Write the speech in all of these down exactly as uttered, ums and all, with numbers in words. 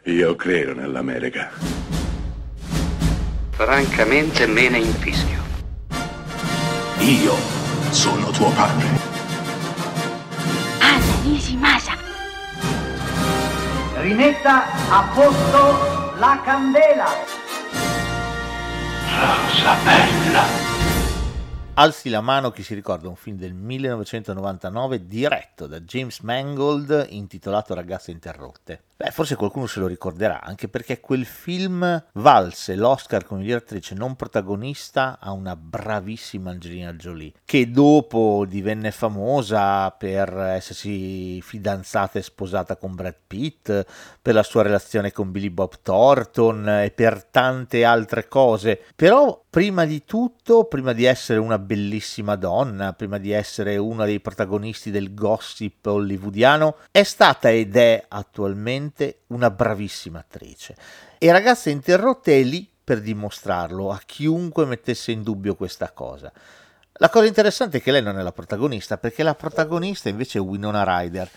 Io credo nell'America. Francamente me ne infischio. Io sono tuo padre. Anna Nishimasa. Rimetta a posto la candela. Rosa bella. Alzi la mano chi si ricorda un film del millenovecentonovantanove diretto da James Mangold intitolato Ragazze interrotte. Beh, forse qualcuno se lo ricorderà, anche perché quel film valse l'Oscar come miglior attrice non protagonista a una bravissima Angelina Jolie, che dopo divenne famosa per essersi fidanzata e sposata con Brad Pitt, per la sua relazione con Billy Bob Thornton e per tante altre cose. Però prima di tutto, prima di essere una bellissima donna, prima di essere uno dei protagonisti del gossip hollywoodiano, è stata ed è attualmente una bravissima attrice. E Ragazze interrotte è lì per dimostrarlo a chiunque mettesse in dubbio questa cosa. La cosa interessante è che lei non è la protagonista, perché la protagonista invece è Winona Ryder,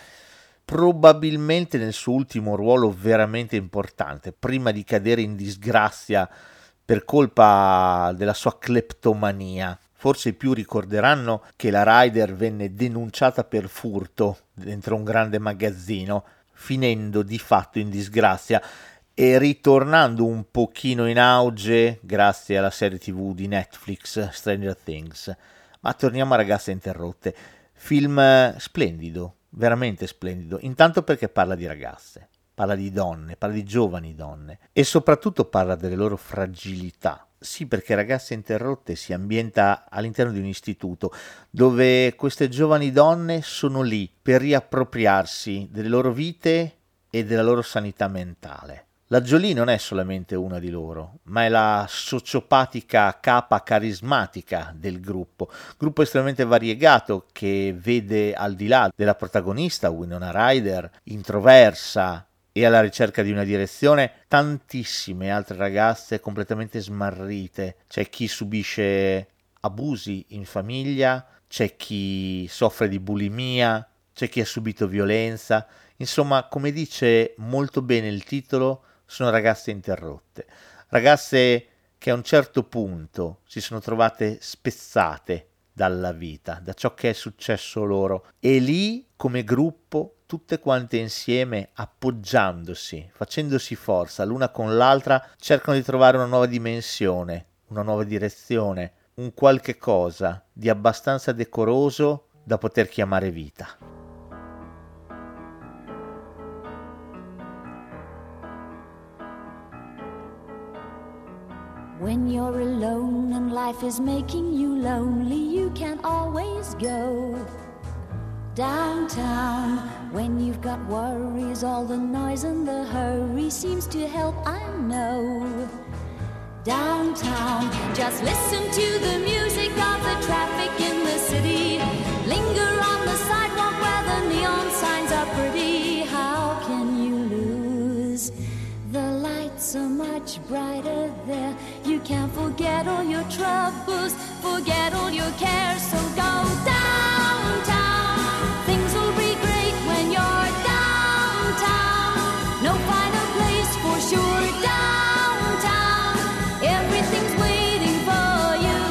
probabilmente nel suo ultimo ruolo veramente importante, prima di cadere in disgrazia per colpa della sua cleptomania. Forse i più ricorderanno che la Ryder venne denunciata per furto dentro un grande magazzino, finendo di fatto in disgrazia e ritornando un pochino in auge grazie alla serie tv di Netflix Stranger Things. Ma torniamo a Ragazze interrotte, film splendido, veramente splendido, intanto perché parla di ragazze, parla di donne, parla di giovani donne e soprattutto parla delle loro fragilità. Sì, perché Ragazze interrotte si ambienta all'interno di un istituto dove queste giovani donne sono lì per riappropriarsi delle loro vite e della loro sanità mentale. La Jolie non è solamente una di loro, ma è la sociopatica capa carismatica del gruppo, gruppo estremamente variegato che vede al di là della protagonista Winona Ryder, introversa e alla ricerca di una direzione, tantissime altre ragazze completamente smarrite. C'è chi subisce abusi in famiglia, c'è chi soffre di bulimia, c'è chi ha subito violenza. Insomma, come dice molto bene il titolo, sono ragazze interrotte, ragazze che a un certo punto si sono trovate spezzate dalla vita, da ciò che è successo loro, e lì come gruppo tutte quante insieme, appoggiandosi, facendosi forza l'una con l'altra, cercano di trovare una nuova dimensione, una nuova direzione, un qualche cosa di abbastanza decoroso da poter chiamare vita. When you're alone and life is making you lonely, you can always go downtown. When you've got worries, all the noise and the hurry seems to help, I know. Downtown, just listen to the music of the traffic in the city. Linger on the sidewalk where the neon signs are pretty. How can you lose? The lights are much brighter there. You can't forget all your troubles, forget all your cares, so go downtown. Things will be great when you're downtown. No finer place for sure, downtown. Everything's waiting for you.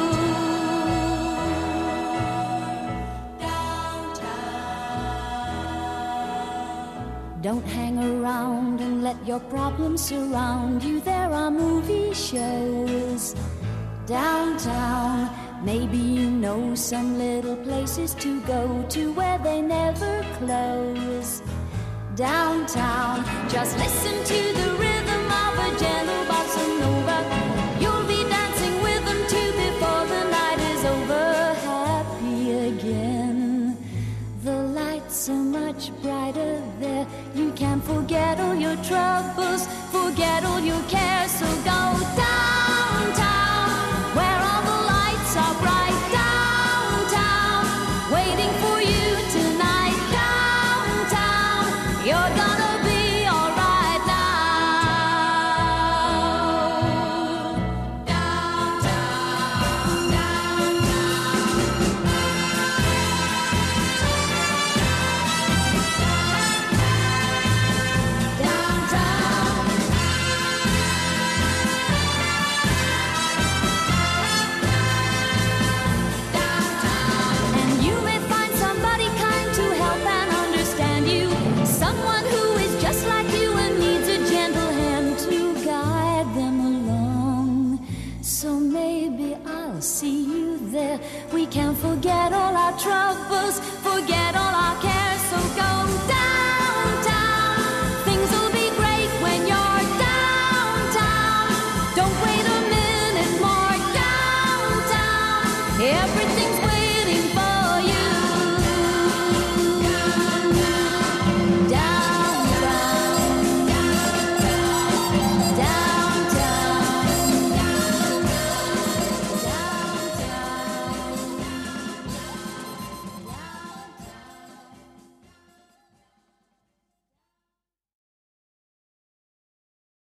Downtown. Don't hang around and let your problems surround you. There are movie shows downtown. Maybe you know some little places to go to where they never close. Downtown, just listen to the rhythm of a gentle bossa nova. You'll be dancing with them too before the night is over. Happy again. The lights are much brighter there. You can forget all your troubles, forget all your cares, so go down.